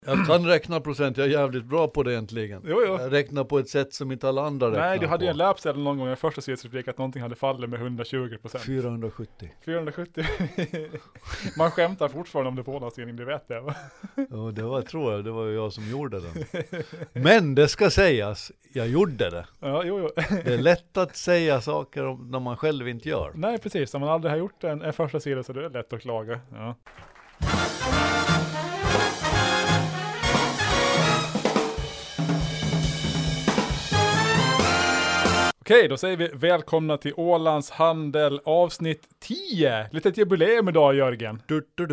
Jag kan räkna procent, jag är jävligt bra på det egentligen. Jo. Jag räknar på ett sätt som inte alla andra räknar på. Nej, du hade ju en löpsedel någon gång i den första seriesreplik att någonting hade fallit med 120%. 470. 470. Man skämtar fortfarande om det på ålderstidning, det vet jag. Ja, det var ju jag som gjorde den. Men det ska sägas, jag gjorde det. Ja, jo. Det är lätt att säga saker när man själv inte gör. Nej, precis. Om man aldrig har gjort en första sida så är det lätt att klaga. Ja. Okej, då säger vi välkomna till Ålands Handel avsnitt 10. Litet jubileum idag, Jörgen.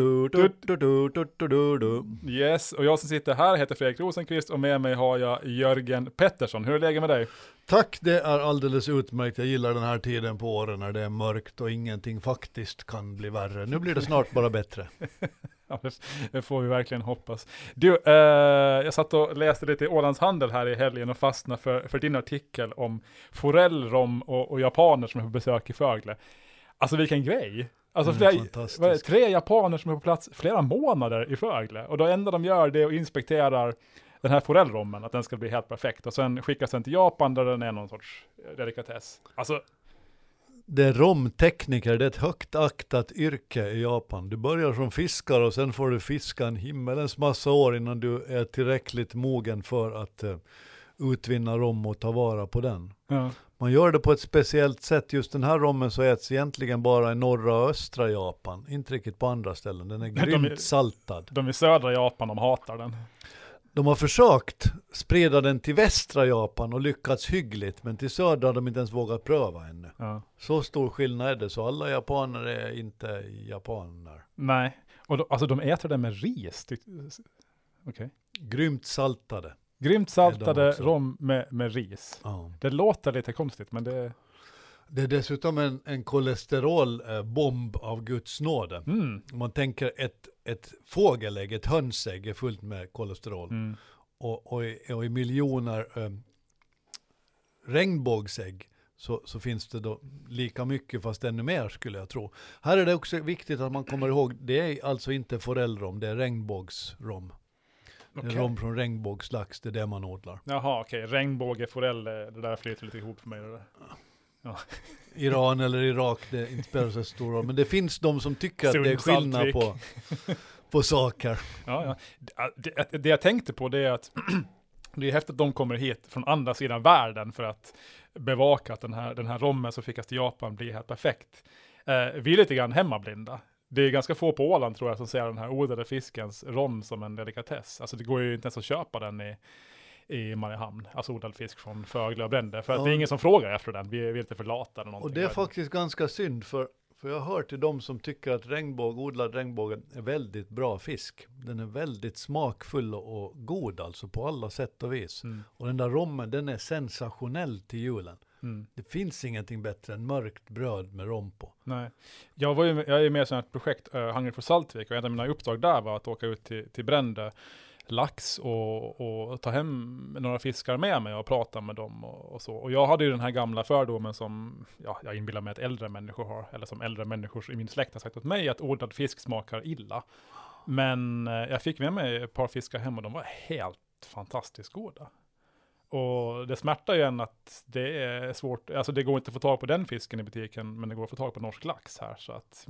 Yes, och jag som sitter här heter Fredrik Rosenqvist och med mig har jag Jörgen Pettersson. Hur är läget med dig? Tack, det är alldeles utmärkt. Jag gillar den här tiden på åren när det är mörkt och ingenting faktiskt kan bli värre. Nu blir det snart bara bättre. Ja, det får vi verkligen hoppas. Du, jag satt och läste lite i Ålands Handel här i helgen och fastnade för din artikel om forellrom och japaner som är på besök i Fögle. Alltså vilken grej! Alltså 3 japaner som är på plats flera månader i Fögle. Och då enda de gör det och inspekterar den här forellrommen, att den ska bli helt perfekt. Och sen skickas den till Japan där den är någon sorts delikatess. Alltså... Det är romtekniker, det är ett högt aktat yrke i Japan. Du börjar som fiskare och sen får du fiska en himmelens massa år innan du är tillräckligt mogen för att utvinna rom och ta vara på den. Ja. Man gör det på ett speciellt sätt. Just den här rommen så äts egentligen bara i norra och östra Japan. Inte riktigt på andra ställen. Den är grymt saltad. De i södra Japan, de hatar den. De har försökt sprida den till västra Japan och lyckats hyggligt, men till södra har de inte ens vågat pröva ännu. Ja. Så stor skillnad är det, så alla japaner är inte japaner. Nej, och alltså de äter det med ris. Okay. Grymt saltade. Grymt saltade rom med ris. Ja. Det låter lite konstigt, men det... Det är dessutom en kolesterolbomb av Guds nåde. Om man tänker ett fågelägg, ett hönsägg är fullt med kolesterol. Och i miljoner regnbågsägg så finns det då lika mycket, fast ännu mer skulle jag tro. Här är det också viktigt att man kommer ihåg, det är alltså inte forellrom, det är regnbågsrom. Okay. Rom från regnbågslax, det är det man odlar. Jaha, okej. Regnbåge, forell, det där flyter lite ihop för mig. Det där. Ja. Iran eller Irak, det inte spelar så stor roll. Men det finns de som tycker att det är skillnad på saker. Ja. Det jag tänkte på det är att det är häftigt att de kommer hit från andra sidan världen för att bevaka att den här rommen som skickas till Japan blir helt perfekt. Vi är lite grann hemmablinda. Det är ganska få på Åland tror jag som ser den här odlade fiskens rom som en delikatess. Alltså det går ju inte ens att köpa den i Mariehamn, alltså odlad fisk från Fögle och Brände. För att det är ingen som frågar efter den. Vi är inte för lata eller någonting. Och det är faktiskt ganska synd för jag hör till dem som tycker att odlad regnbåge är väldigt bra fisk. Den är väldigt smakfull och god alltså på alla sätt och vis. Och den där rommen, den är sensationell till julen. Det finns ingenting bättre än mörkt bröd med rom på. Nej. Jag är med i ett projekt Hungry for Saltvik och ett av mina uppdrag där var att åka ut till Brände lax och ta hem några fiskar med mig och prata med dem och så. Och jag hade ju den här gamla fördomen som jag inbillar mig att äldre människor har, eller som äldre människor i min släkt har sagt åt mig, att odlad fisk smakar illa. Men jag fick med mig ett par fiskar hem och de var helt fantastiskt goda. Och det smärtar ju en att det är svårt, alltså det går inte att få tag på den fisken i butiken, men det går att få tag på norsk lax här, så att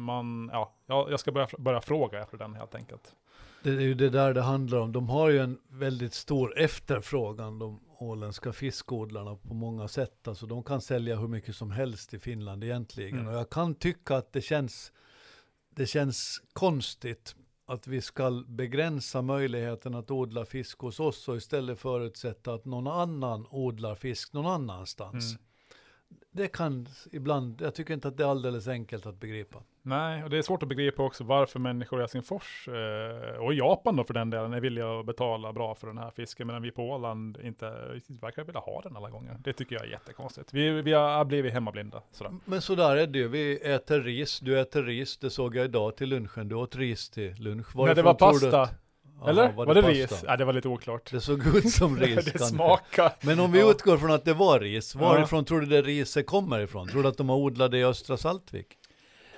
jag ska börja fråga efter den helt enkelt. Det är ju det där det handlar om. De har ju en väldigt stor efterfrågan, de åländska fiskodlarna, på många sätt. Alltså de kan sälja hur mycket som helst i Finland egentligen. Och jag kan tycka att det känns konstigt att vi ska begränsa möjligheten att odla fisk hos oss och istället förutsätta att någon annan odlar fisk någon annanstans. Det kan ibland, jag tycker inte att det är alldeles enkelt att begripa. Nej, och det är svårt att begripa också varför människor i Helsingfors och Japan då för den delen är villiga att betala bra för den här fisken, medan vi på Åland inte verkar vilja ha den alla gånger. Det tycker jag är jättekonstigt. Vi har blivit hemmablinda. Sådär. Men sådär är det ju. Vi äter ris, du äter ris, det såg jag idag till lunchen. Du åt ris till lunch. Nej, det var pasta. Eller? Var det ris? Nej, det var lite oklart. Det såg ut som ris. Det smakar. Men om vi utgår från att det var ris, varifrån tror du det riset kommer ifrån? Tror du att de har odlat det i Östra Saltvik?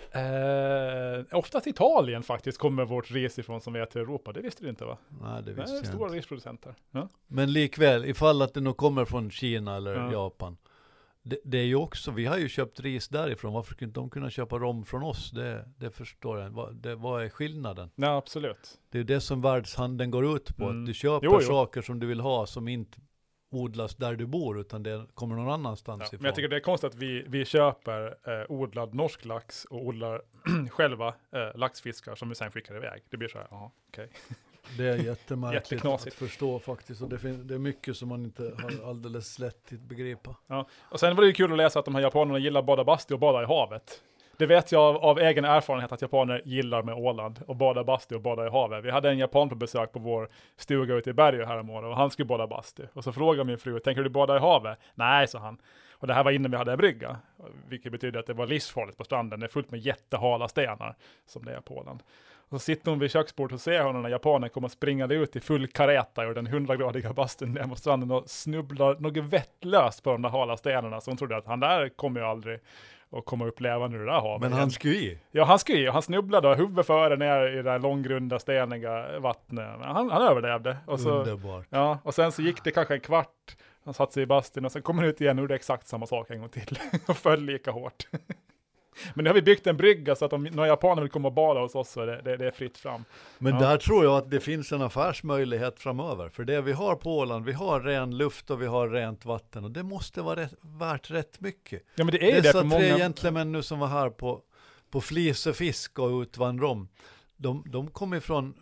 Oftast Italien faktiskt kommer vårt ris ifrån som vi är till Europa. Det visste du inte, va? Nej, det visste Det är jag stora inte. risproducenter. Ja. Men likväl, ifall att det nog kommer från Kina eller Ja. Japan. Det är ju också, vi har ju köpt ris därifrån. Varför skulle inte de kunna köpa rom från oss? Det förstår jag. Vad är skillnaden? Ja, absolut. Det är det som världshandeln går ut på. Mm. Att du köper Jo. saker som du vill ha som inte odlas där du bor, utan det kommer någon annanstans Ja. ifrån. Men jag tycker det är konstigt att vi köper odlad norsk lax och odlar själva laxfiskar som vi sen skickar iväg. Det blir så här, ja, okej. Det är jättemärkligt att Jätteknasigt. förstå faktiskt. Och det är mycket som man inte har alldeles lätt att begripa. Ja. Och sen var det ju kul att läsa att de här japanerna gillar bada bastu och bada i havet. Det vet jag av egen erfarenhet att japaner gillar med Åland och bada bastu och bada i havet. Vi hade en japan på besök på vår stuga ute i berget här om året och han skulle bada bastu. Och så frågade min fru, tänker du bada i havet? Nej, sa han. Och det här var innan vi hade en brygga, vilket betyder att det var livsfarligt på stranden. Det är fullt med jättehala stenar som det är på Åland. Och så sitter hon vid köksbordet och ser hon när japanen kommer springande ut i full kareta ur den 100-gradiga bastun ner mot stranden och snubblar något vettlöst på de där hala stenarna. Så hon trodde att han där kommer ju aldrig att komma upp levande ur det där havet. Men han skulle i. Ja, han skulle i och han snubblade och huvudet före ner i det där långgrunda steniga vattnet. Men han överlevde. Och så, Underbart. ja, och sen så gick det kanske en kvart. Han satt sig i bastun och sen kom han ut igen och gjorde exakt samma sak en gång till. Och föll lika hårt. Men nu har vi byggt en brygga så att om några japaner vill komma och bada hos oss så det är fritt fram. Men Ja. där tror jag att det finns en affärsmöjlighet framöver. För det vi har på Åland, vi har ren luft och vi har rent vatten. Och det måste vara värt rätt mycket. Ja, men det är ju det Dessa för många. tre gentlemän nu som var här på flisefisk och utvandrom. De kom ifrån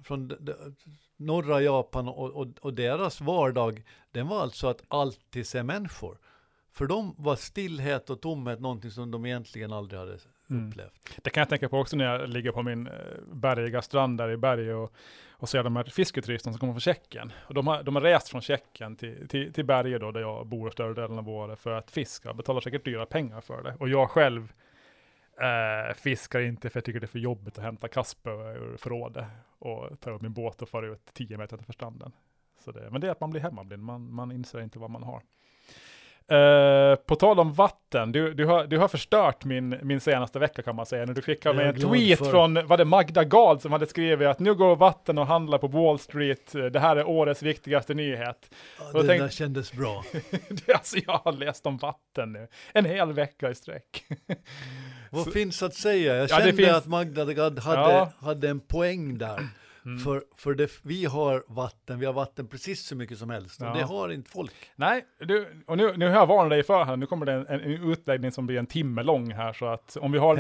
norra Japan och deras vardag, den var alltså att alltid se människor. För dem var stillhet och tomhet någonting som de egentligen aldrig hade upplevt. Det kan jag tänka på också när jag ligger på min bergiga strand där i berg och ser de här fisketuristerna som kommer från Tjeckien. Och de har rest från Tjeckien till berget då, där jag bor större delen av året för att fiska. Betalar säkert dyra pengar för det. Och jag själv fiskar inte för jag tycker det är för jobbigt att hämta kasper ur förrådet och ta upp min båt och fara ut 10 meter till stranden. Men det är att man blir hemmablind. Man inser inte vad man har. På tal om vatten, du har förstört min senaste vecka kan man säga, när du skickade mig en tweet från, var det Magda Gad som hade skrivit att nu går vatten och handlar på Wall Street, det här är årets viktigaste nyhet. Ja, det där kändes bra. Alltså jag har läst om vatten nu, en hel vecka i sträck. Vad finns att säga? Jag Ja, kände att Magda Gad hade en poäng där. För vi har vatten precis så mycket som helst. Och det har inte folk. Nej, och nu har jag varnat dig för här. Nu kommer det en utläggning som blir en timme lång här. Så att om vi har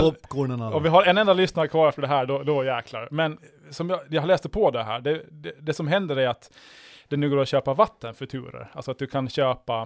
en enda lyssnare kvar efter det här, då jäklar. Men som jag har läst på det här. Det som händer är att det nu går att köpa vattenfuturer. Alltså att du kan köpa...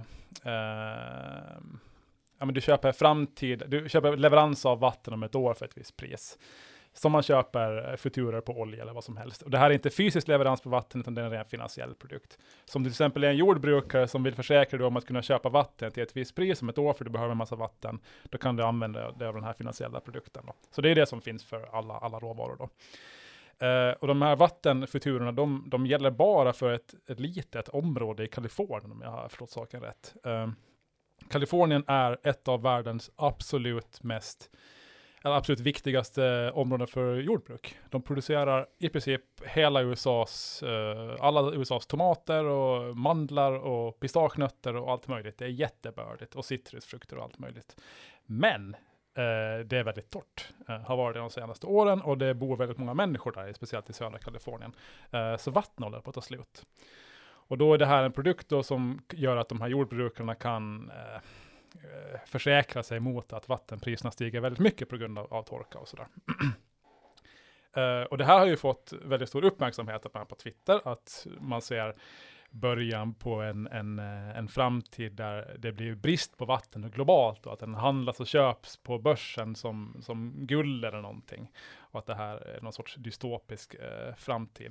du köper leverans av vatten om ett år för ett visst pris. Som man köper futurer på olja eller vad som helst. Och det här är inte fysisk leverans på vatten utan det är en ren finansiell produkt. Som till exempel är en jordbrukare som vill försäkra dig om att kunna köpa vatten till ett visst pris om ett år för du behöver en massa vatten. Då kan du använda det av den här finansiella produkten. Då. Så det är det som finns för alla råvaror då. Och de här vattenfuturerna de gäller bara för ett litet område i Kalifornien om jag har förstått saken rätt. Kalifornien är ett av världens absolut viktigaste områden för jordbruk. De producerar i princip hela alla USAs tomater och mandlar och pistagenötter och allt möjligt. Det är jättebördigt och citrusfrukter och allt möjligt. Men det är väldigt torrt. Har varit det de senaste åren och det bor väldigt många människor där, speciellt i södra Kalifornien. Så vatten håller på att ta slut. Och då är det här en produkt då som gör att de här jordbrukarna kan försäkra sig mot att vattenpriserna stiger väldigt mycket på grund av torka och sådär. Och det här har ju fått väldigt stor uppmärksamhet på Twitter, att man ser början på en framtid där det blir brist på vatten globalt och att den handlas och köps på börsen som guld eller någonting. Och att det här är någon sorts dystopisk framtid.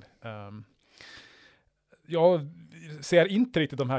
Jag ser inte riktigt den här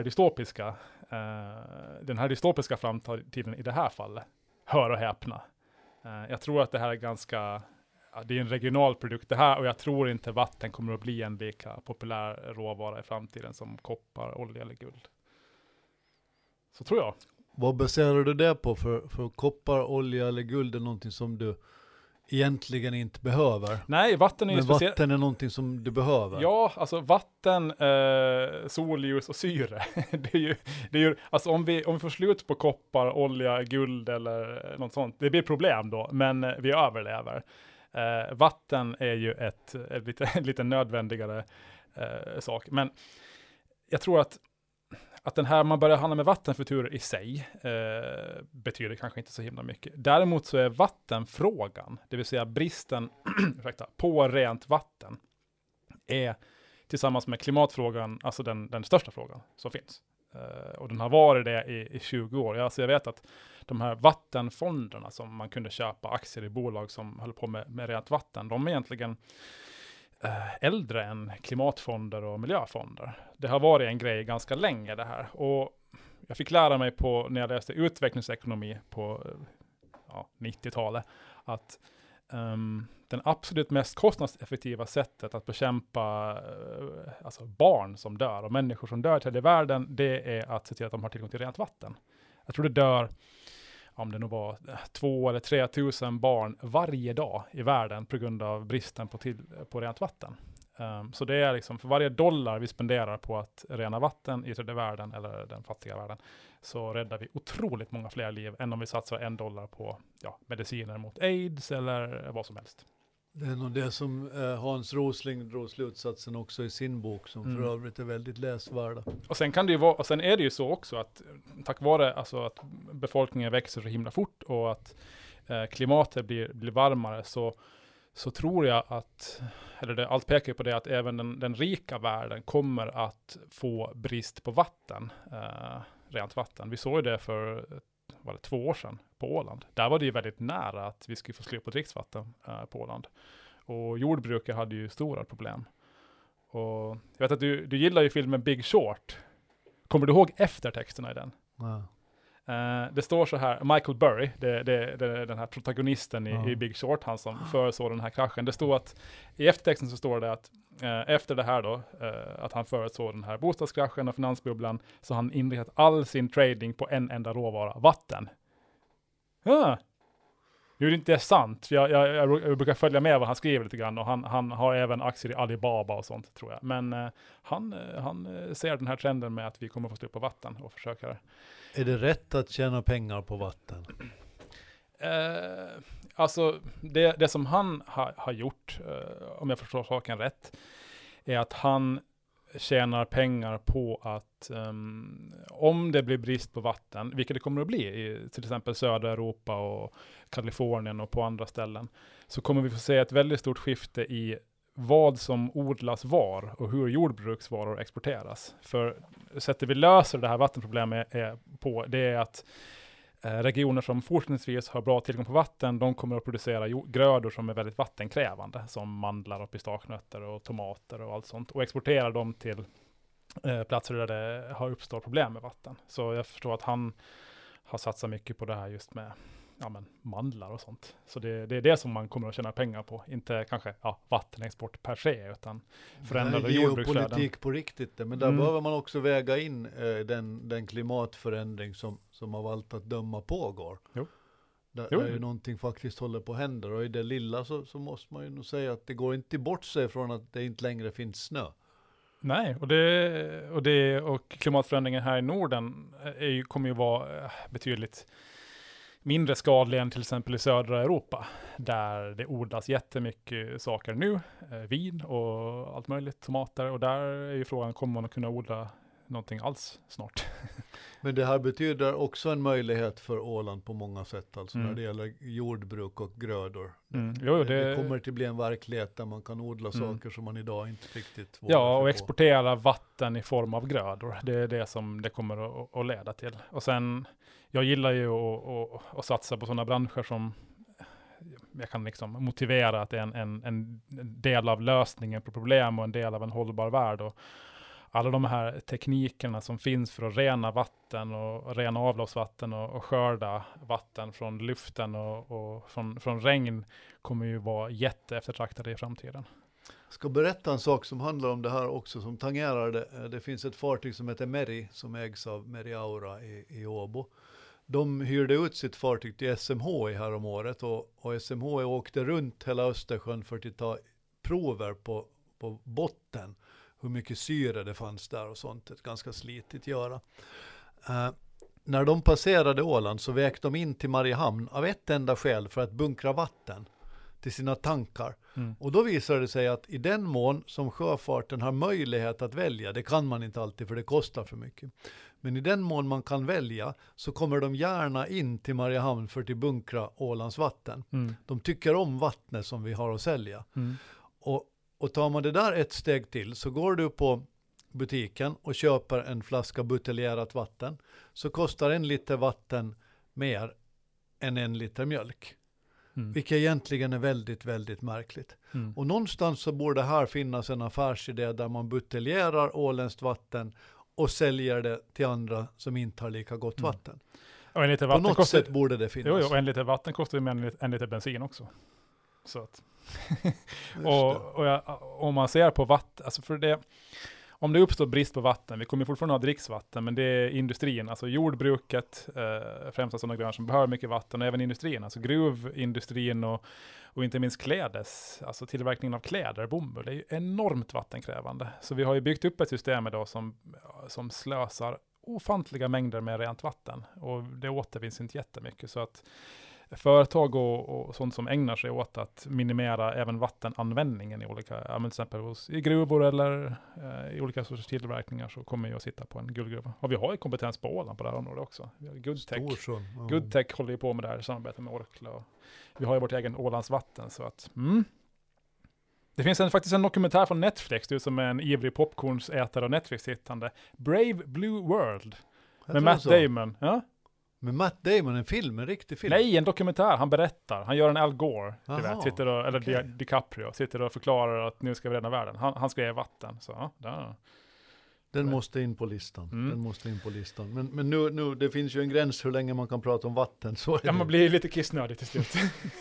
dystopiska framtiden i det här fallet. Hör och häpna. Jag tror att det här är det är en regional produkt det här och jag tror inte vatten kommer att bli en lika populär råvara i framtiden som koppar, olja eller guld. Så tror jag. Vad baserar du det på? För koppar, olja eller guld är någonting som du egentligen inte behöver. Nej, vatten är ju Men vatten är någonting som du behöver. Ja, alltså vatten, solljus och syre. det är ju, alltså om vi får slut på koppar, olja, guld eller något sånt, det blir problem då, men vi överlever. Vatten är ju ett lite nödvändigare sak. Men jag tror att den här, man börjar handla med vattenfuturer i sig betyder kanske inte så himla mycket. Däremot så är vattenfrågan, det vill säga bristen på rent vatten, är tillsammans med klimatfrågan alltså den största frågan som finns. Och den har varit det i 20 år. Alltså jag vet att de här vattenfonderna som man kunde köpa aktier i bolag som håller på med rent vatten, de är egentligen äldre än klimatfonder och miljöfonder. Det har varit en grej ganska länge det här. Och jag fick lära mig när jag läste utvecklingsekonomi på 90-talet att den absolut mest kostnadseffektiva sättet att bekämpa alltså barn som dör och människor som dör till i världen, det är att se till att de har tillgång till rent vatten. Jag tror det dör, om det nog var 2 eller 3 tusen barn varje dag i världen på grund av bristen på rent vatten. Så det är liksom för varje dollar vi spenderar på att rena vatten i tredje världen eller den fattiga världen, så räddar vi otroligt många fler liv än om vi satsar $1 på mediciner mot AIDS eller vad som helst. Det är nog det som Hans Rosling drog slutsatsen också i sin bok, som för övrigt är väldigt läsvärda. Och sen kan det ju vara, och sen är det ju så också att tack vare alltså att befolkningen växer så himla fort och att klimatet blir varmare, så tror jag att, allt pekar på det, att även den rika världen kommer att få brist på vatten, rent vatten. Vi såg ju det för 2 år sedan på Åland. Där var det ju väldigt nära att vi skulle få slut på dricksvatten på Åland. Och jordbruket hade ju stora problem. Och jag vet att du gillar ju filmen Big Short. Kommer du ihåg eftertexterna i den? Ja. Det står så här, Michael Burry, det är den här protagonisten i Big Short, han som förutsåg den här kraschen. Det står att, i eftertexten så står det att efter det här då, att han förutsåg den här bostadskraschen och finansbubblan, så han inriktat all sin trading på en enda råvara, vatten. Nu är det inte sant. Jag brukar följa med vad han skriver lite grann, och han har även aktier i Alibaba och sånt, tror jag. Men han ser den här trenden med att vi kommer få slut på vatten och försöker. Är det rätt att tjäna pengar på vatten? Alltså det som han har gjort, om jag förstår saken rätt, är att han tjänar pengar på att om det blir brist på vatten, vilket det kommer att bli i till exempel södra Europa och Kalifornien och på andra ställen, så kommer vi få se ett väldigt stort skifte i vad som odlas var och hur jordbruksvaror exporteras. För sättet vi löser det här vattenproblemet det är att regioner som fortsättningsvis har bra tillgång på vatten, de kommer att producera grödor som är väldigt vattenkrävande, som mandlar och pistaknötter och tomater och allt sånt, och exportera dem till platser där det har uppstått problem med vatten. Så jag förstår att han har satsat mycket på det här just med mandlar och sånt. Så det är det som man kommer att tjäna pengar på. Inte kanske vattenexport per se, utan förändrade jordbruksvärden. Geopolitik på riktigt. Men där behöver man också väga in den klimatförändring som av allt att döma pågår. Där ju någonting faktiskt håller på att hända. Och i det lilla så måste man ju nog säga att det går inte bort sig från att det inte längre finns snö. Nej, och klimatförändringen här i Norden kommer ju vara betydligt mindre skadlig än till exempel i södra Europa, där det odlas jättemycket saker nu, vin och allt möjligt, tomater, och där är ju frågan, kommer man att kunna odla någonting alls snart? Men det här betyder också en möjlighet för Åland på många sätt, alltså när det gäller jordbruk och grödor. Det kommer till bli en verklighet där man kan odla saker som man idag inte riktigt vågar. Ja, och exportera vatten i form av grödor. Det är det som det kommer att leda till. Och sen, jag gillar ju att satsa på sådana branscher som jag kan liksom motivera att det är en del av lösningen på problem och en del av en hållbar värld. Och alla de här teknikerna som finns för att rena vatten och rena avloppsvatten och skörda vatten från luften och från regn kommer ju vara jätteeftertraktade i framtiden. Jag ska berätta en sak som handlar om det här också, som tangerar det. Det finns ett fartyg som heter Meri, som ägs av Meri Aura i Åbo. De hyrde ut sitt fartyg till SMHI här om året och SMHI åkte runt hela Östersjön för att ta prover på botten. Hur mycket syre det fanns där och sånt. Ett ganska slitigt göra. När de passerade Åland så väckte de in till Mariehamn av ett enda skäl för att bunkra vatten till sina tankar. Och då visade det sig att i den mån som sjöfarten har möjlighet att välja, det kan man inte alltid för det kostar för mycket. Men i den mån man kan välja så kommer de gärna in till Mariehamn för att bunkra Ålands vatten. De tycker om vattnet som vi har att sälja. Och tar man det där ett steg till så går du på butiken och köper en flaska buteljerat vatten så kostar 1 liter vatten mer än 1 liter mjölk. Vilket egentligen är väldigt, väldigt märkligt. Och någonstans så borde här finnas en affärsidé där man buteljerar åländskt vatten och säljer det till andra som inte har lika gott vatten. Och en liter vatten på något sätt borde det finnas. Jo, och 1 liter vatten kostar ju mer än 1 liter bensin också. Så att om man ser på vatten, alltså för det, om det uppstår brist på vatten, vi kommer fortfarande ha dricksvatten, men det är industrin, alltså jordbruket, främst sådana grejer som behöver mycket vatten, och även industrin, alltså gruvindustrin och inte minst klädes, alltså tillverkningen av kläder, bomull, det är ju enormt vattenkrävande. Så vi har ju byggt upp ett system idag som slösar ofantliga mängder med rent vatten, och det återvinns inte jättemycket, så att företag och sånt som ägnar sig åt att minimera även vattenanvändningen i olika, till exempel i gruvor eller i olika sorters tillverkningar, så kommer jag att sitta på en guldgruva. Och vi har ju kompetens på Åland på det här området också. Goodtech håller ju på med det här i samarbete med Orkla. Och vi har ju vårt egen Ålands vatten, så att Det finns faktiskt en dokumentär från Netflix, du som är en ivrig popcornsätare och Netflix-hittande. Brave Blue World med Matt Damon. Ja? Med Matt Damon, en riktig film? Nej, en dokumentär. Han berättar. Han gör en Al Gore, du vet, eller DiCaprio, sitter och förklarar att nu ska vi rädda världen. Han ska ge vatten. Så, ja, Den måste in på listan. Den måste in på listan. Men nu, det finns ju en gräns hur länge man kan prata om vatten. Så ja, man blir lite kissnödig till slut.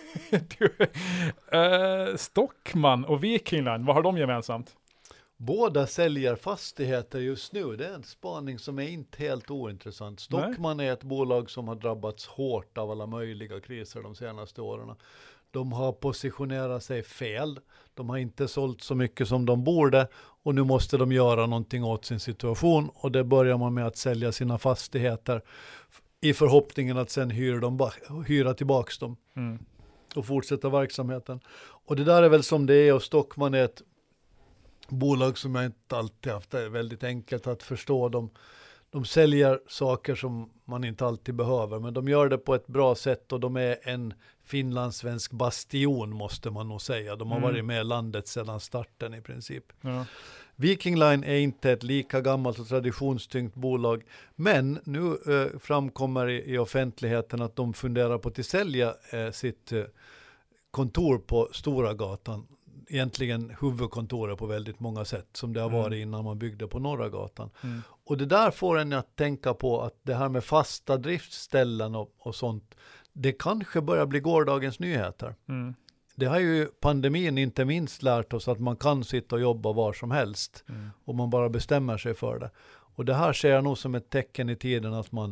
Stockman och Viking Line, vad har de gemensamt? Båda säljer fastigheter just nu. Det är en spaning som är inte helt ointressant. Stockman är ett bolag som har drabbats hårt av alla möjliga kriser de senaste åren. De har positionerat sig fel. De har inte sålt så mycket som de borde. Och nu måste de göra någonting åt sin situation. Och det börjar man med att sälja sina fastigheter. I förhoppningen att sen hyra tillbaka dem. Och fortsätta verksamheten. Och det där är väl som det är. Och Stockman är ett bolag som jag inte alltid haft det väldigt enkelt att förstå. De säljer saker som man inte alltid behöver, men de gör det på ett bra sätt, och de är en finlandssvensk bastion, måste man nog säga. De har varit med i landet sedan starten i princip. Ja. Viking Line är inte ett lika gammalt och traditionstyngt bolag, men nu framkommer i offentligheten att de funderar på att sälja sitt kontor på Stora gatan. Egentligen huvudkontoret på väldigt många sätt, som det har varit innan man byggde på Norra gatan. Och det där får en att tänka på att det här med fasta driftställen och sånt, det kanske börjar bli gårdagens nyheter. Det har ju pandemin inte minst lärt oss, att man kan sitta och jobba var som helst om man bara bestämmer sig för det. Och det här ser jag nog som ett tecken i tiden, att man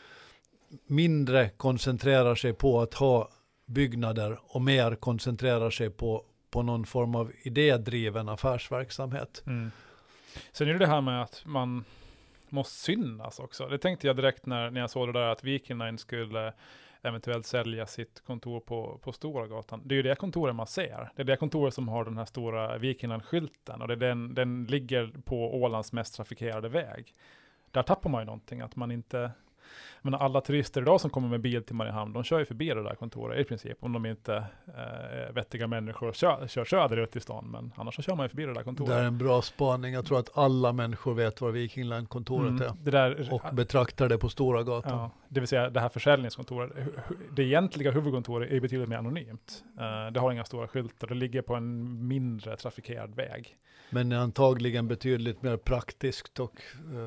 mindre koncentrerar sig på att ha byggnader och mer koncentrerar sig på någon form av idédriven affärsverksamhet. Sen är det här med att man måste synas också. Det tänkte jag direkt när jag såg det där, att Viking Line skulle eventuellt sälja sitt kontor på Stora gatan. Det är ju det kontoret man ser. Det är det kontoret som har den här stora Viking Line-skylten, och det är den ligger på Ålands mest trafikerade väg. Där tappar man ju någonting, att man inte... Men alla turister idag som kommer med bil till Mariehamn, de kör ju förbi det där kontoret i princip, om de inte är vettiga människor och kör söderut i stan, men annars så kör man ju förbi det där kontoret. Det är en bra spaning. Jag tror att alla människor vet var Viking Line-kontoret är och betraktar det på Stora gatan. Ja, det vill säga det här försäljningskontoret. Det egentliga huvudkontoret är betydligt mer anonymt. Det har inga stora skyltar, det ligger på en mindre trafikerad väg. Men är antagligen betydligt mer praktiskt och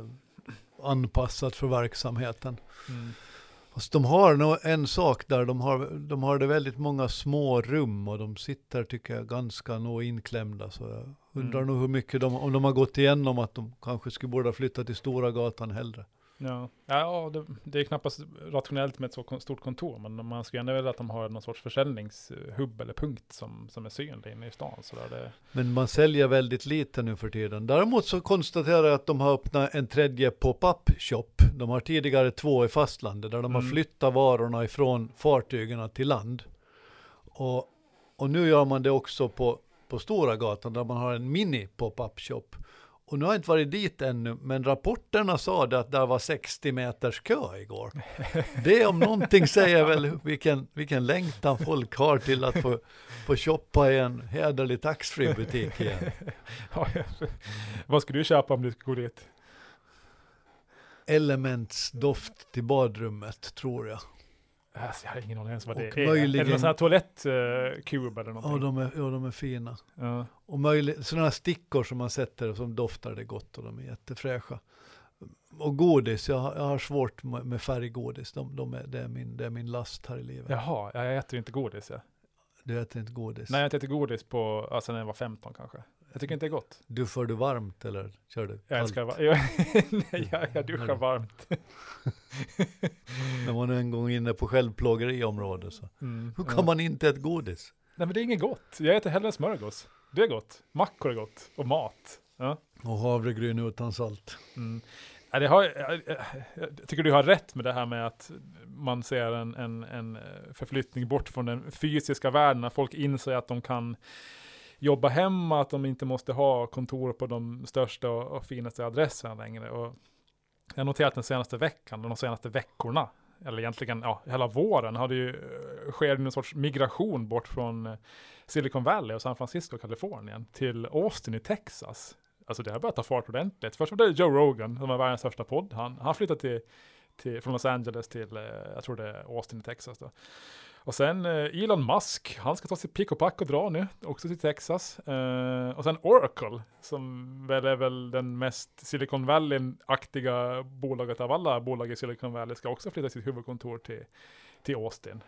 anpassat för verksamheten. Fast de har nog en sak där, de har det väldigt många små rum, och de sitter, tycker jag, ganska nog inklämda, så jag undrar nog hur mycket om de har gått igenom att de kanske borde flytta till Stora gatan hellre. Ja, det är knappast rationellt med ett så stort kontor, men man skulle ändå vilja att de har någon sorts försäljningshubb eller punkt som är synlig inne i stan. Så där Men man säljer väldigt lite nu för tiden. Däremot så konstaterar jag att de har öppnat en tredje pop-up shop. De har tidigare 2 i fastlandet där de har flyttat varorna ifrån fartygen till land. Och nu gör man det också på Stora gatan där man har en mini pop-up shop. Och nu har jag inte varit dit ännu, men rapporterna sa det att det var 60 meters kö igår. Det om någonting säger väl vilken längtan folk har till att få shoppa i en hederlig taxfree butik igen. Vad ska du köpa om du ska gå dit? Elements doft till badrummet, tror jag. Alltså, jag har ingen aning ens vad det Och är. möjligen, är det någon sån här toalettkub eller någonting? Ja, de är fina. Ja. Och sådana här stickor som man sätter som doftar det gott och de är jättefräscha. Och godis, jag har svårt med färggodis. Det är min last här i livet. Jaha, jag äter inte godis. Ja. Du äter inte godis? Nej, jag äter godis när jag var 15 kanske. Jag tycker inte det är gott. Duschar du varmt eller kör du kallt? Jag älskar Nej, jag duschar varmt. När man är en gång inne på självplågeriområdet så. Hur kan man inte äta godis? Nej, men det är inget gott. Jag äter hellre smörgås. Det är gott. Mackor är gott. Och mat. Ja. Och havregryn utan salt. Ja, jag tycker du har rätt med det här med att man ser en förflyttning bort från den fysiska världen. När folk inser att de kan jobba hemma, att de inte måste ha kontor på de största och finaste adresserna längre. Och jag har noterat den senaste veckan, de senaste veckorna, eller egentligen hela våren, sker en sorts migration bort från Silicon Valley och San Francisco, Kalifornien till Austin i Texas. Alltså det har börjat ta fart ordentligt. Först var det Joe Rogan, som var världens största podd. Han flyttade från Los Angeles till, jag tror det är Austin i Texas då. Och sen Elon Musk, han ska ta sitt pick och pack och dra nu, också till Texas. Och sen Oracle, som väl är den mest Silicon Valley-aktiga bolaget av alla bolag i Silicon Valley, ska också flytta sitt huvudkontor till Austin.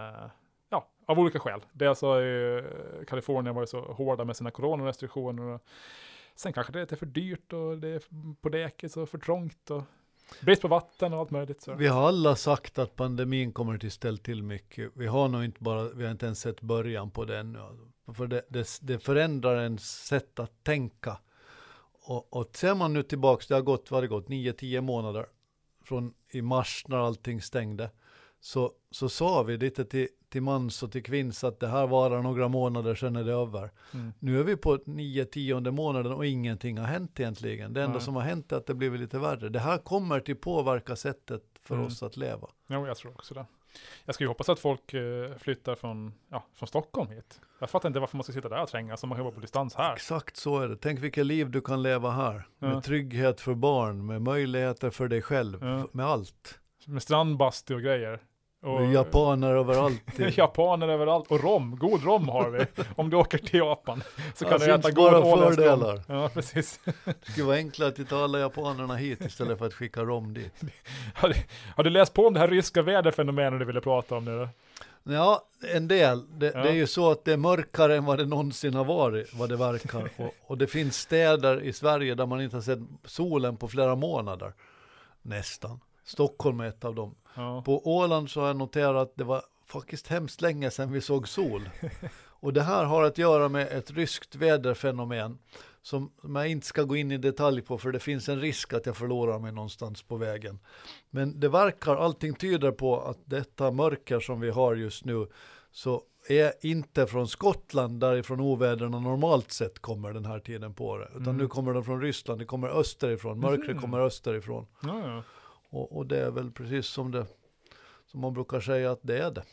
Av olika skäl. Dels har Kalifornien varit så hårda med sina coronarestriktioner. Och sen kanske det är för dyrt och det är på däcket så för trångt och brist på vatten och allt möjligt. Så. Vi har alla sagt att pandemin kommer till ställa till mycket. Vi har inte ens sett början på det ännu. För det förändrar ens sätt att tänka. Och ser man nu tillbaka, det har gått 9-10 månader från i mars när allting stängde. Så sa vi lite till mans och till kvinns att det här varar några månader, sen är det över. Nu är vi på 9-10 månaden och ingenting har hänt egentligen. Det enda som har hänt är att det blivit lite värre. Det här kommer till påverka sättet för oss att leva. Jo, jag tror också det. Jag ska ju hoppas att folk flyttar från Stockholm hit. Jag fattar inte varför man ska sitta där och tränga som man jobbar på distans här. Exakt så är det. Tänk vilket liv du kan leva här. Med trygghet för barn, med möjligheter för dig själv, med allt. Med strandbastu och grejer. Och japaner överallt. Japaner överallt. Och god rom har vi. Om du åker till Japan så kan du äta god fördelar. Ja, precis. Det skulle vara enklare att ta alla japanerna hit istället för att skicka rom dit. Har du läst på om det här ryska väderfenomenet du ville prata om nu då? Ja, en del. Det är ju så att det är mörkare än vad det någonsin har varit, vad det verkar. Och det finns städer i Sverige där man inte har sett solen på flera månader. Nästan. Stockholm är ett av dem. Ja. På Åland så har jag noterat att det var faktiskt hemskt länge sedan vi såg sol. Och det här har att göra med ett ryskt väderfenomen som jag inte ska gå in i detalj på, för det finns en risk att jag förlorar mig någonstans på vägen. Men det verkar, allting tyder på att detta mörker som vi har just nu så är inte från Skottland, därifrån oväderna normalt sett kommer den här tiden på det. Utan nu kommer de från Ryssland, det kommer österifrån, mörkret kommer österifrån. Ja. Och det är väl precis som man brukar säga att det är det.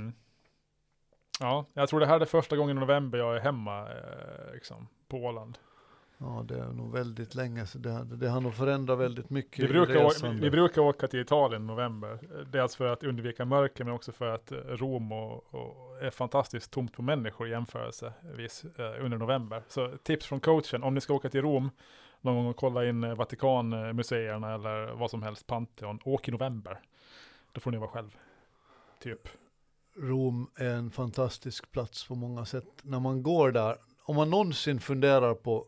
Ja, jag tror det här är det första gången i november jag är hemma på Åland. Ja, det är nog väldigt länge, så det har nog förändrat väldigt mycket. Vi brukar åka till Italien i november. Dels för att undvika mörker, men också för att Rom och är fantastiskt tomt på människor i jämförelsevis under november. Så tips från coachen, om ni ska åka till Rom någon gång och kolla in Vatikanmuseerna eller vad som helst, Pantheon, åk i november. Då får ni vara själv. Typ. Rom är en fantastisk plats på många sätt. När man går där, om man någonsin funderar på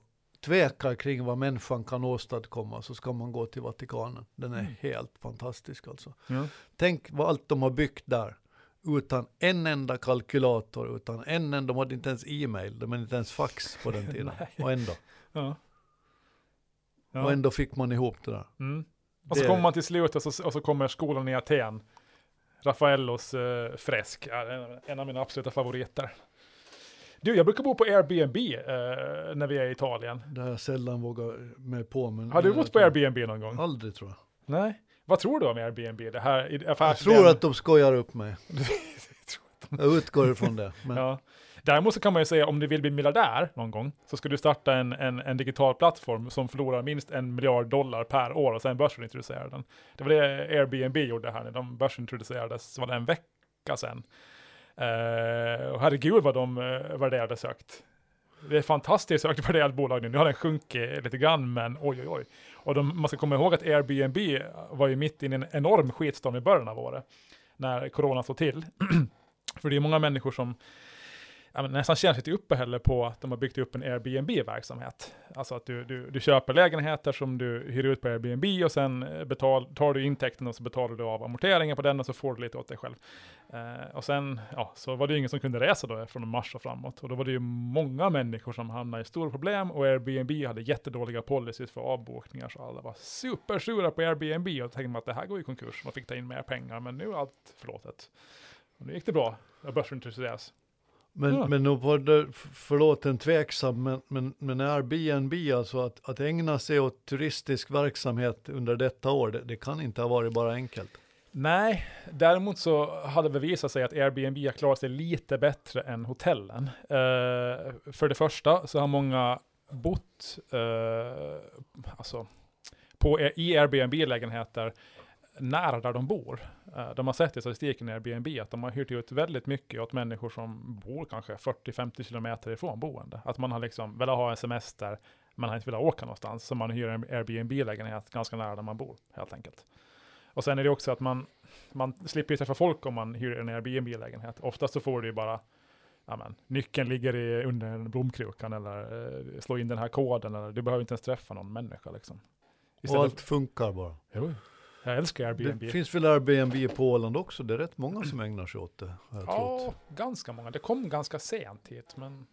tvekar kring vad människan kan åstadkomma så ska man gå till Vatikanen. Den är helt fantastisk alltså. Ja. Tänk vad allt de har byggt där. Utan en enda kalkylator, utan de hade inte ens e-mail, de hade inte ens fax på den tiden. Och ändå. Ja. Ja. Och ändå fick man ihop det där. Mm. Och så kommer man till slut och så kommer skolan i Aten. Raffaellos fresk är en av mina absoluta favoriter. Du, jag brukar bo på Airbnb när vi är i Italien. Det har jag sällan vågat mig på. Men har du bott på Airbnb någon gång? Aldrig, tror jag. Nej. Vad tror du om Airbnb? Det här jag tror att de skojar upp mig. Jag utgår ifrån det. Men... Ja. Däremot så kan man ju säga om du vill bli miljardär någon gång så ska du starta en digital plattform som förlorar minst $1 miljard per år och sen börsintroducerar den. Det var det Airbnb gjorde här när de börsintroducerades, var det en vecka sedan. Och herregud vad de värderade sökt. Det är fantastiskt högt värderat bolag nu. Nu har den sjunkit lite grann, men oj. Och man ska komma ihåg att Airbnb var ju mitt i en enorm skitstorm i början av året när corona stod till. För det är många människor som nästan känner sig uppehälle på att de har byggt upp en Airbnb-verksamhet. Alltså att du köper lägenheter som du hyr ut på Airbnb och sen tar du intäkten och så betalar du av amorteringen på den och så får du lite åt dig själv. Och sen så var det ju ingen som kunde resa då från mars och framåt. Och då var det ju många människor som hamnade i stora problem och Airbnb hade jättedåliga policies för avbokningar så alla var supersura på Airbnb och tänkte man att det här går i konkurs. Man fick ta in mer pengar men nu är allt förlåtet. Och nu gick det bra. Börsen introduceras. Men nu var det, förlåt en tveksam, men Airbnb, alltså att ägna sig åt turistisk verksamhet under detta år, det kan inte ha varit bara enkelt. Nej, däremot så hade det visat sig att Airbnb har klarat sig lite bättre än hotellen. För det första så har många bott i Airbnb-lägenheter nära där de bor. De har sett i statistiken i Airbnb att de har hyrt ut väldigt mycket åt människor som bor kanske 40-50 kilometer ifrån boende. Att man har liksom velat ha en semester, man har inte velat åka någonstans, så man hyr en Airbnb-lägenhet ganska nära där man bor, helt enkelt. Och sen är det också att man slipper ju träffa folk om man hyr en Airbnb-lägenhet. Oftast så får du ju bara nyckeln ligger under en blomkrukan eller slå in den här koden, eller du behöver inte ens träffa någon människa liksom. Och allt funkar bara. Jo. Jag älskar Airbnb. Det finns väl Airbnb på Åland också? Det är rätt många som ägnar sig åt det. Ja, ganska många. Det kom ganska sent hit, men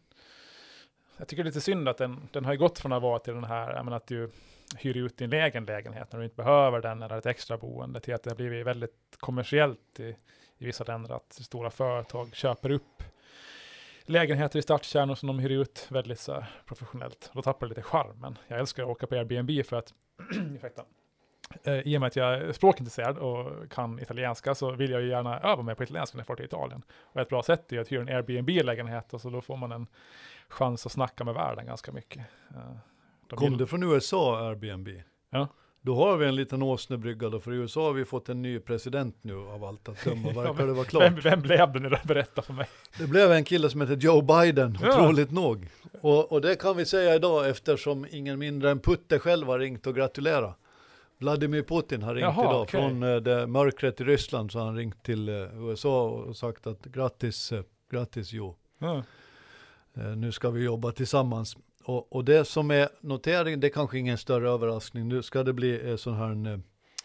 jag tycker det är lite synd att den har gått från att vara till den här, att du hyr ut din egen lägenhet när du inte behöver den eller ett extra boende, till att det har blivit väldigt kommersiellt i vissa länder att stora företag köper upp lägenheter i stadskärnor som de hyr ut väldigt så professionellt. Då tappar det lite charmen. Jag älskar att åka på Airbnb för att i och med att jag är språkintresserad och kan italienska så vill jag ju gärna öva mig på italienska när jag får till Italien. Och ett bra sätt är att hyra en Airbnb-lägenhet och så då får man en chans att snacka med världen ganska mycket. Kom det från USA, Airbnb? Ja. Då har vi en liten åsnebrygga då, för i USA har vi fått en ny president nu av allt att döma. Verkar det vara klart? Vem blev det nu då? Berätta för mig. Det blev en kille som heter Joe Biden, otroligt nog. Och det kan vi säga idag eftersom ingen mindre än Putte själv har ringt och gratulerat. Vladimir Putin har ringt idag från det mörkret i Ryssland, så han ringt till USA och sagt att grattis Joe. Ja. Nu ska vi jobba tillsammans. Och det som är notering, det är kanske ingen större överraskning. Nu ska det bli sån här en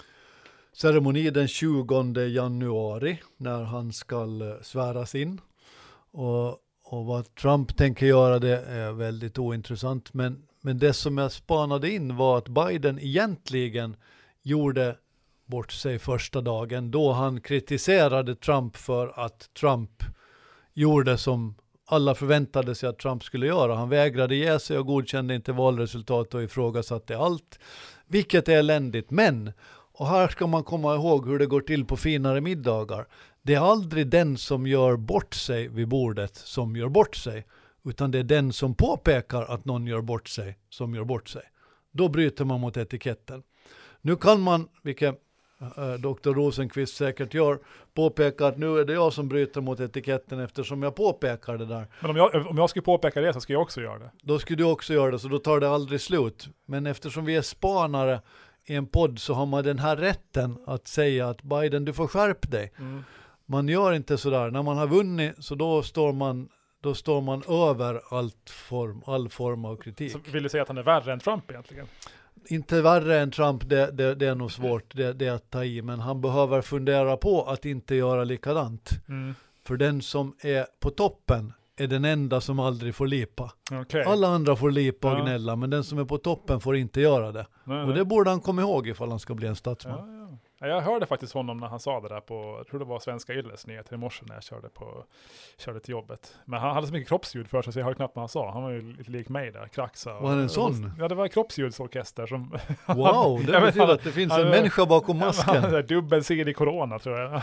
ceremoni den 20 januari när han ska sväras in. Och vad Trump tänker göra, det är väldigt ointressant. Men det som jag spanade in var att Biden egentligen gjorde bort sig första dagen då han kritiserade Trump för att Trump gjorde som alla förväntade sig att Trump skulle göra. Han vägrade ge sig och godkände inte valresultatet och ifrågasatte allt, vilket är eländigt. Men, och här ska man komma ihåg hur det går till på finare middagar. Det är aldrig den som gör bort sig vid bordet som gör bort sig, utan det är den som påpekar att någon gör bort sig som gör bort sig. Då bryter man mot etiketten. Nu kan man, vilket Dr. Rosenqvist säkert gör, påpeka att nu är det jag som bryter mot etiketten eftersom jag påpekar det där. Men om jag skulle påpeka det så ska jag också göra det. Då skulle du också göra det, så då tar det aldrig slut. Men eftersom vi är spanare i en podd så har man den här rätten att säga att Biden, du får skärp dig. Man gör inte sådär. När man har vunnit så då då står man över all form av kritik. Så vill du säga att han är värre än Trump egentligen? Inte värre än Trump, det är nog svårt, det är att ta i, men han behöver fundera på att inte göra likadant. För den som är på toppen är den enda som aldrig får lipa. Okay. Alla andra får lipa och gnälla, men den som är på toppen får inte göra det. Nej. Och det borde han komma ihåg ifall han ska bli en statsman. Ja. Jag hörde faktiskt honom när han sa det där på, jag tror det var Svenska Ylles nyheter i morse när jag körde till jobbet. Men han hade så mycket kroppsljud för sig så jag hörde knappt vad han sa. Han var ju lite lik mig där, kraxa. Var han en sån? Ja, det var en kroppsljudsorkester som... Wow, det betyder att det finns en människa bakom masken. Han dubbelsidig corona, tror jag.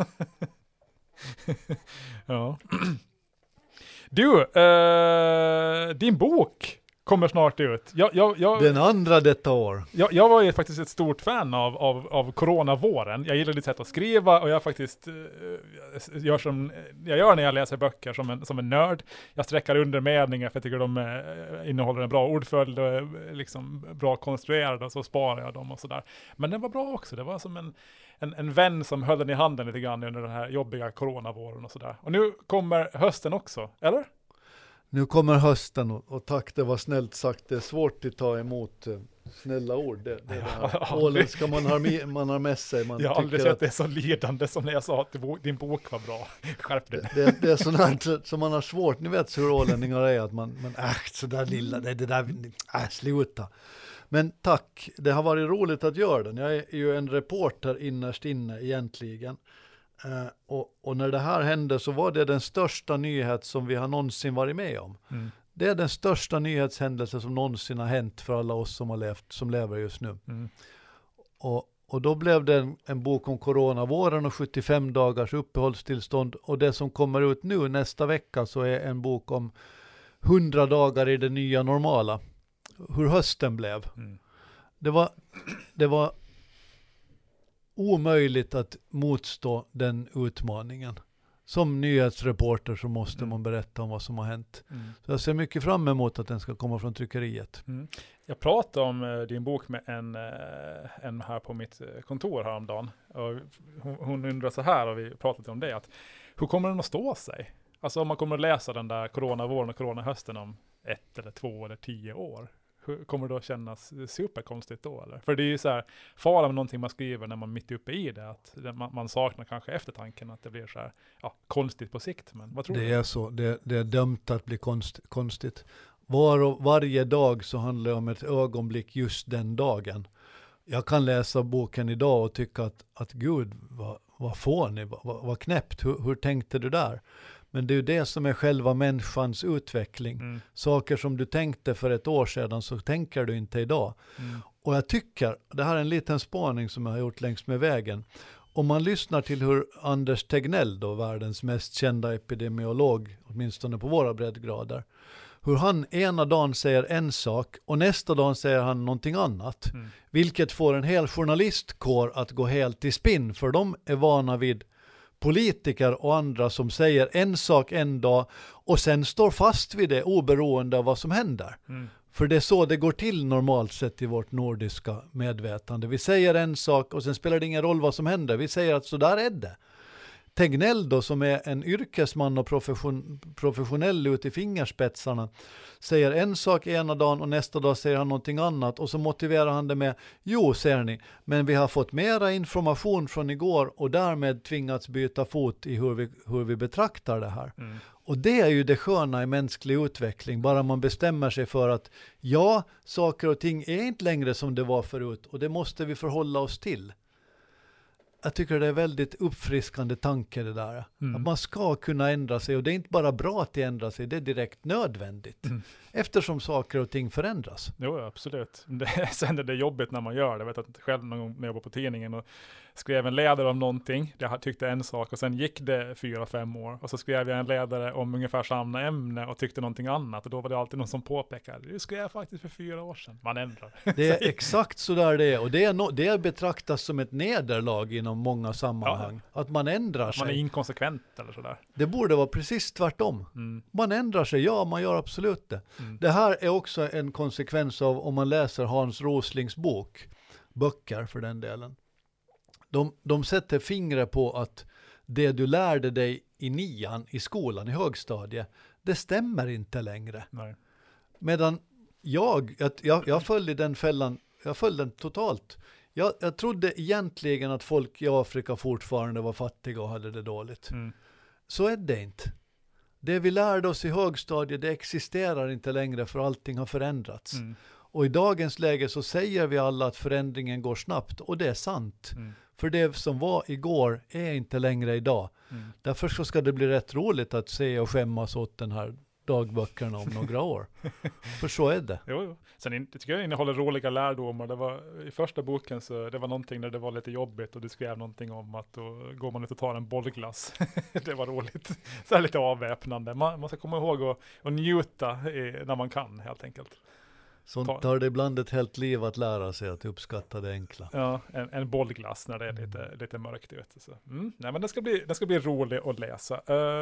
Ja. Du, din bok kommer snart ut. Den andra detta år. Jag var ju faktiskt ett stort fan av coronavåren. Jag gillar ditt sätt att skriva och jag faktiskt gör som jag gör när jag läser böcker som en nörd. Jag sträcker under meningar för jag tycker de innehåller en bra ordföljd och är liksom bra konstruerade och så sparar jag dem och sådär. Men den var bra också. Det var som en vän som höll den i handen lite grann under den här jobbiga coronavåren och sådär. Och nu kommer hösten också, eller? Nu kommer hösten och tack, det var snällt sagt. Det är svårt att ta emot snälla ord. Det åländska man har med sig. Jag har aldrig sett det så lidande som när jag sa att din bok var bra. Skärp dig. Det är sånt här som man har svårt. Ni vet hur ålänningar är. Att man så där lilla, det där, sluta. Men tack, det har varit roligt att göra den. Jag är ju en reporter innerst inne egentligen. Och när det här hände så var det den största nyhet som vi har någonsin varit med om. Det är den största nyhetshändelse som någonsin har hänt för alla oss som lever just nu. Och då blev det en bok om coronavåren och 75 dagars uppehållstillstånd. Och det som kommer ut nu nästa vecka så är en bok om 100 dagar i det nya normala. Hur hösten blev. Det var omöjligt att motstå den utmaningen. Som nyhetsreporter så måste man berätta om vad som har hänt. Så jag ser mycket fram emot att den ska komma från tryckeriet. Jag pratade om din bok med en här på mitt kontor häromdagen. Och hon undrar så här, och vi pratade om det, att hur kommer den att stå sig? Alltså om man kommer att läsa den där coronavåren och coronahösten om 1 eller 2 eller 10 år. Kommer det då kännas superkonstigt då, eller? För det är ju så här, fara med någonting man skriver när man är mitt uppe i det, att man saknar kanske eftertanken, att det blir så här, konstigt på sikt. Men vad tror du? Det är så, det är dömt att bli konstigt. Varje dag så handlar det om ett ögonblick just den dagen. Jag kan läsa boken idag och tycka att gud, vad fånig, vad knäppt, hur tänkte du där? Men det är ju det som är själva människans utveckling. Saker som du tänkte för ett år sedan så tänker du inte idag. Och jag tycker, det här är en liten spaning som jag har gjort längs med vägen. Om man lyssnar till hur Anders Tegnell, då, världens mest kända epidemiolog, åtminstone på våra breddgrader, hur han ena dagen säger en sak och nästa dag säger han någonting annat. Vilket får en hel journalistkår att gå helt i spinn, för de är vana vid politiker och andra som säger en sak en dag och sen står fast vid det oberoende av vad som händer. För det är så det går till normalt sett i vårt nordiska medvetande. Vi säger en sak och sen spelar det ingen roll vad som händer. Vi säger att så där är det. Tegnell då, som är en yrkesman och professionell ut i fingerspetsarna, säger en sak ena dagen och nästa dag säger han någonting annat, och så motiverar han det med, jo ser ni, men vi har fått mera information från igår och därmed tvingats byta fot i hur vi betraktar det här. Och det är ju det sköna i mänsklig utveckling, bara man bestämmer sig för att saker och ting är inte längre som det var förut och det måste vi förhålla oss till. Jag tycker det är väldigt uppfriskande tanke det där. Att man ska kunna ändra sig, och det är inte bara bra att det ändrar sig, det är direkt nödvändigt. Eftersom saker och ting förändras. Jo, absolut. Sen är det jobbigt när man gör det. Jag vet att själv någon gång när jag var på tidningen och skrev en ledare om någonting. Jag tyckte en sak och sen gick det 4-5 år. Och så skrev jag en ledare om ungefär samma ämne och tyckte någonting annat. Och då var det alltid någon som påpekade, det skrev jag faktiskt för 4 år sedan. Man ändrar. Det är exakt så där det är. Och det betraktas som ett nederlag inom många sammanhang. Ja. Att man ändrar sig. Man är inkonsekvent eller sådär. Det borde vara precis tvärtom. Man ändrar sig, man gör absolut det. Det här är också en konsekvens av om man läser Hans Roslings böcker för den delen. De sätter fingret på att det du lärde dig i 9:an i skolan, i högstadiet, Det stämmer inte längre. Nej. Medan jag följde den fällan, jag följde den totalt. Jag trodde egentligen att folk i Afrika fortfarande var fattiga och hade det dåligt. Så är det inte. Det vi lärde oss i högstadiet, det existerar inte längre för allting har förändrats. Och i dagens läge så säger vi alla att förändringen går snabbt och det är sant. För det som var igår är inte längre idag. Därför så ska det bli rätt roligt att se och skämmas åt den här dagböckerna om några år. För så är det. Jo. Sen tycker jag innehåller roliga lärdomar. Det var i första boken så det var någonting när det var lite jobbigt och du skrev någonting om att då går man ut och tar en bollglass. Det var roligt. Så här lite avväpnande. Man ska komma ihåg att njuta när man kan helt enkelt. Sånt tar det ibland ett helt liv att lära sig att uppskatta det enkla. Ja, en bollglass när det är lite mörkt. Vet så. Nej, men den ska bli rolig att läsa.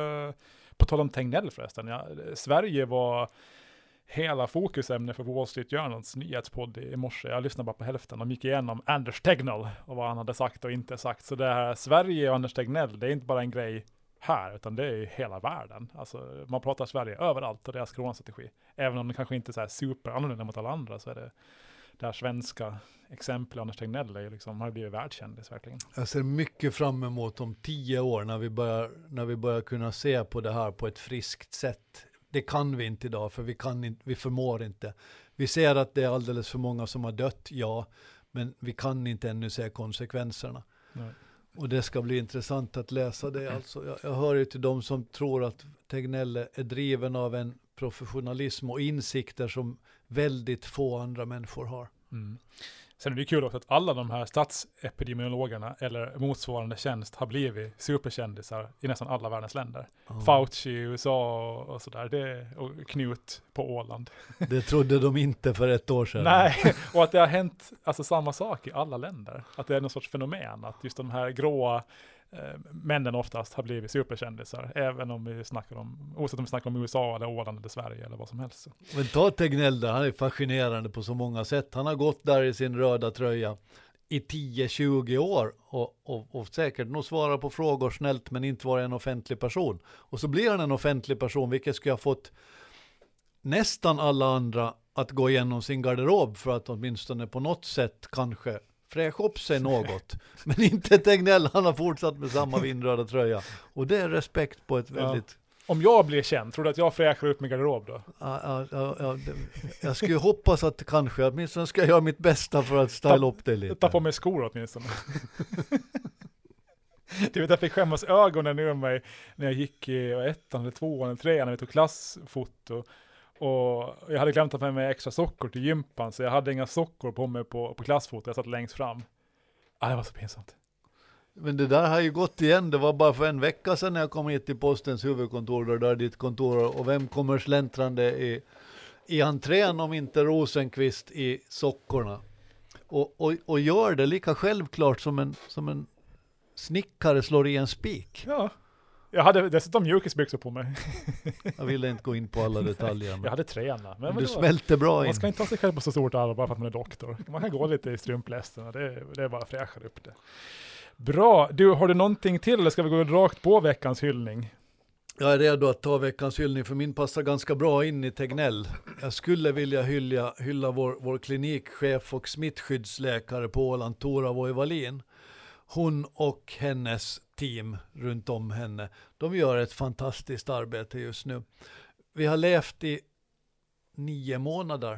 På tal om Tegnell förresten. Ja, Sverige var hela fokusämne för Wall Street Journals nyhetspodd i morse. Jag lyssnade bara på hälften. De gick igenom Anders Tegnell och vad han hade sagt och inte sagt. Så det här Sverige och Anders Tegnell, det är inte bara en grej här, utan det är ju hela världen. Alltså, man pratar Sverige överallt och deras coronastrategi. Även om det kanske inte är så här super annorlunda mot alla andra så är det här svenska exempel Anders Tegnell är liksom, har blivit världskändis verkligen. Jag ser mycket fram emot om 10 år när vi börjar kunna se på det här på ett friskt sätt. Det kan vi inte idag för vi förmår inte. Vi ser att det är alldeles för många som har dött, ja, men vi kan inte ännu se konsekvenserna. Nej. Och det ska bli intressant att läsa det. Alltså, jag hör ju till de som tror att Tegnell är driven av en professionalism och insikter som väldigt få andra människor har. Sen är det kul också att alla de här statsepidemiologerna eller motsvarande tjänst har blivit superkändisar i nästan alla världens länder. Fauci i USA och sådär. Och Knut på Åland. Det trodde de inte för ett år sedan. Nej, och att det har hänt alltså, samma sak i alla länder. Att det är någon sorts fenomen. Att just de här gråa männen oftast har blivit superkändisar. Även om vi snackar om USA eller Åland eller Sverige eller vad som helst. Men ta Tegnell där, han är fascinerande på så många sätt. Han har gått där i sin röda tröja i 10-20 år och säkert nog svara på frågor snällt men inte vara en offentlig person. Och så blir han en offentlig person, vilket skulle ha fått nästan alla andra att gå igenom sin garderob för att åtminstone på något sätt kanske fräscha upp sig något. Men inte Tegnell, han har fortsatt med samma vindröda tröja. Och det är respekt på ett väldigt... Om jag blir känd, tror du att jag fräschar upp min garderob då? Jag skulle hoppas att kanske, åtminstone ska jag göra mitt bästa för att styla upp det lite. Ta på mig skor åtminstone. Du vet, jag fick skämmas ögonen ur mig när jag gick i 1 eller 2 eller 3 när vi tog klassfoto. Och jag hade glömt att ta med mig extra sockor till gympan, så jag hade inga sockor på mig på klassfoto. Jag satt längst fram. Det var så pinsamt. Men det där har ju gått igen. Det var bara för en vecka sedan när jag kom hit till postens huvudkontor. Där är ditt kontor. Och vem kommer släntrande i entrén om inte Rosenqvist i sockorna? Och gör det lika självklart som en snickare slår i en spik. Ja. Jag hade dessutom mjukisbyxor på mig. Jag ville inte gå in på alla detaljer. Jag hade träna. Men du smälte bra in. Man ska inte ta sig själv på så stort allvar bara för att man är doktor. Man kan gå lite i strumplästen. Det är bara fräschare upp det. Bra. Du, har du någonting till eller ska vi gå rakt på veckans hyllning? Jag är redo att ta veckans hyllning för min passar ganska bra in i Tegnell. Jag skulle vilja hylla vår klinikchef och smittskyddsläkare på Åland, Tora Voivalin. Hon och hennes team runt om henne, de gör ett fantastiskt arbete just nu. Vi har levt i 9 månader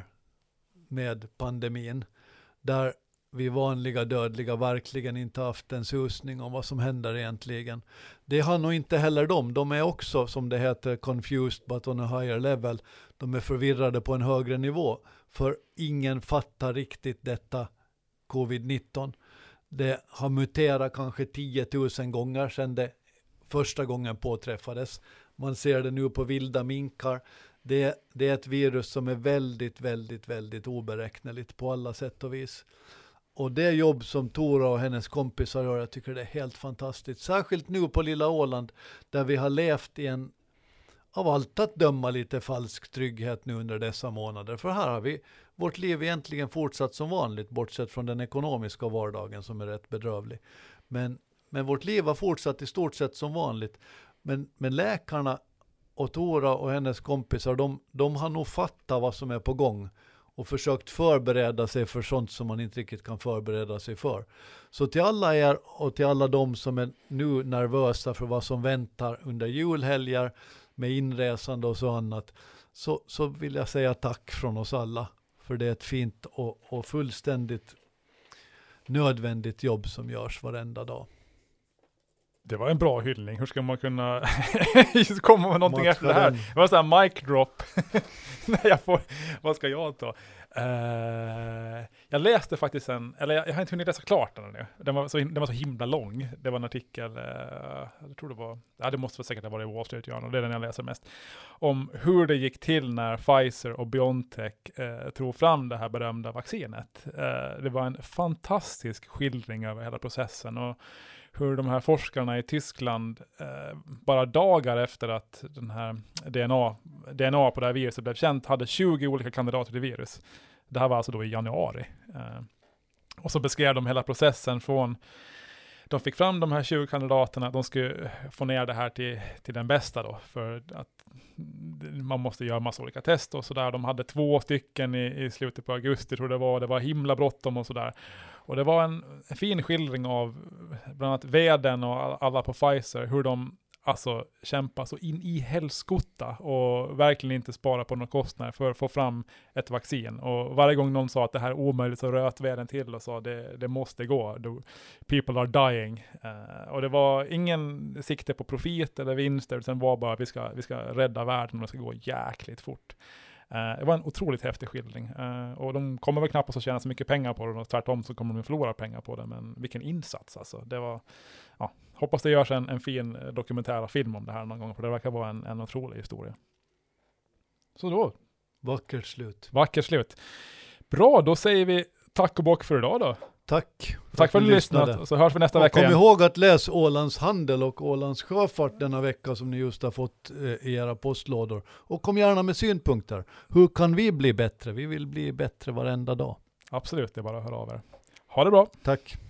med pandemin där vi vanliga dödliga verkligen inte haft en susning om vad som händer egentligen. Det har nog inte heller de. De är också, som det heter, confused but on a higher level. De är förvirrade på en högre nivå. För ingen fattar riktigt detta covid-19. Det har muterat kanske 10 000 gånger sedan det första gången påträffades. Man ser det nu på vilda minkar. Det är ett virus som är väldigt, väldigt, väldigt oberäkneligt på alla sätt och vis. Och det jobb som Tora och hennes kompisar gör, jag tycker det är helt fantastiskt. Särskilt nu på lilla Åland där vi har levt i en av allt att döma lite falsk trygghet nu under dessa månader. För här har vi vårt liv egentligen fortsatt som vanligt, bortsett från den ekonomiska vardagen som är rätt bedrövlig. Men vårt liv har fortsatt i stort sett som vanligt. Men läkarna och Tora och hennes kompisar, de har nog fattat vad som är på gång och försökt förbereda sig för sånt som man inte riktigt kan förbereda sig för. Så till alla er och till alla de som är nu nervösa för vad som väntar under julhelger med inresande och så annat, så vill jag säga tack från oss alla. För det är ett fint och fullständigt nödvändigt jobb som görs varenda dag. Det var en bra hyllning. Hur ska man kunna komma med någonting efter det här? Det var så här mic drop. Nej, vad ska jag ta? Jag läste faktiskt jag har inte hunnit läsa klart den nu. Den var så himla lång. Det var en artikel, jag tror det var, det måste säkert ha varit i Wall Street Journal, och det är den jag läser mest. Om hur det gick till när Pfizer och BioNTech tog fram det här berömda vaccinet. Det var en fantastisk skildring över hela processen, och hur de här forskarna i Tyskland bara dagar efter att den här DNA på det här viruset blev känt hade 20 olika kandidater till virus. Det här var alltså då i januari. Och så beskrev de hela processen från de fick fram de här 20 kandidaterna, de skulle få ner det här till den bästa då, för att man måste göra massa olika test och sådär. De hade 2 stycken i slutet på augusti, tror det var himla bråttom och sådär. Och det var en fin skildring av bland annat vd:n och alla på Pfizer, hur de alltså kämpar så in i helskotta och verkligen inte spara på några kostnader för att få fram ett vaccin. Och varje gång någon sa att det här är omöjligt, så röt vd:n till och sa det måste gå. People are dying. Och det var ingen sikte på profit eller vinster, utan var bara vi ska rädda världen och det ska gå jäkligt fort. Det var en otroligt häftig skildring. Och de kommer väl knappast att tjäna så mycket pengar på det, och tvärtom så kommer de förlora pengar på det. Men vilken insats alltså. Det var, hoppas det görs en fin dokumentär film om det här någon gång, för det verkar vara en otrolig historia. Så då. Vackert slut. Vackert slut. Bra, då säger vi tack och bock för idag då. Tack för att du lyssnat, så hörs vi nästa vecka igen. Kom ihåg att läsa Ålands Handel och Ålands Sjöfart denna vecka som ni just har fått i era postlådor. Och kom gärna med synpunkter. Hur kan vi bli bättre? Vi vill bli bättre varenda dag. Absolut, det är bara att höra av er. Ha det bra. Tack.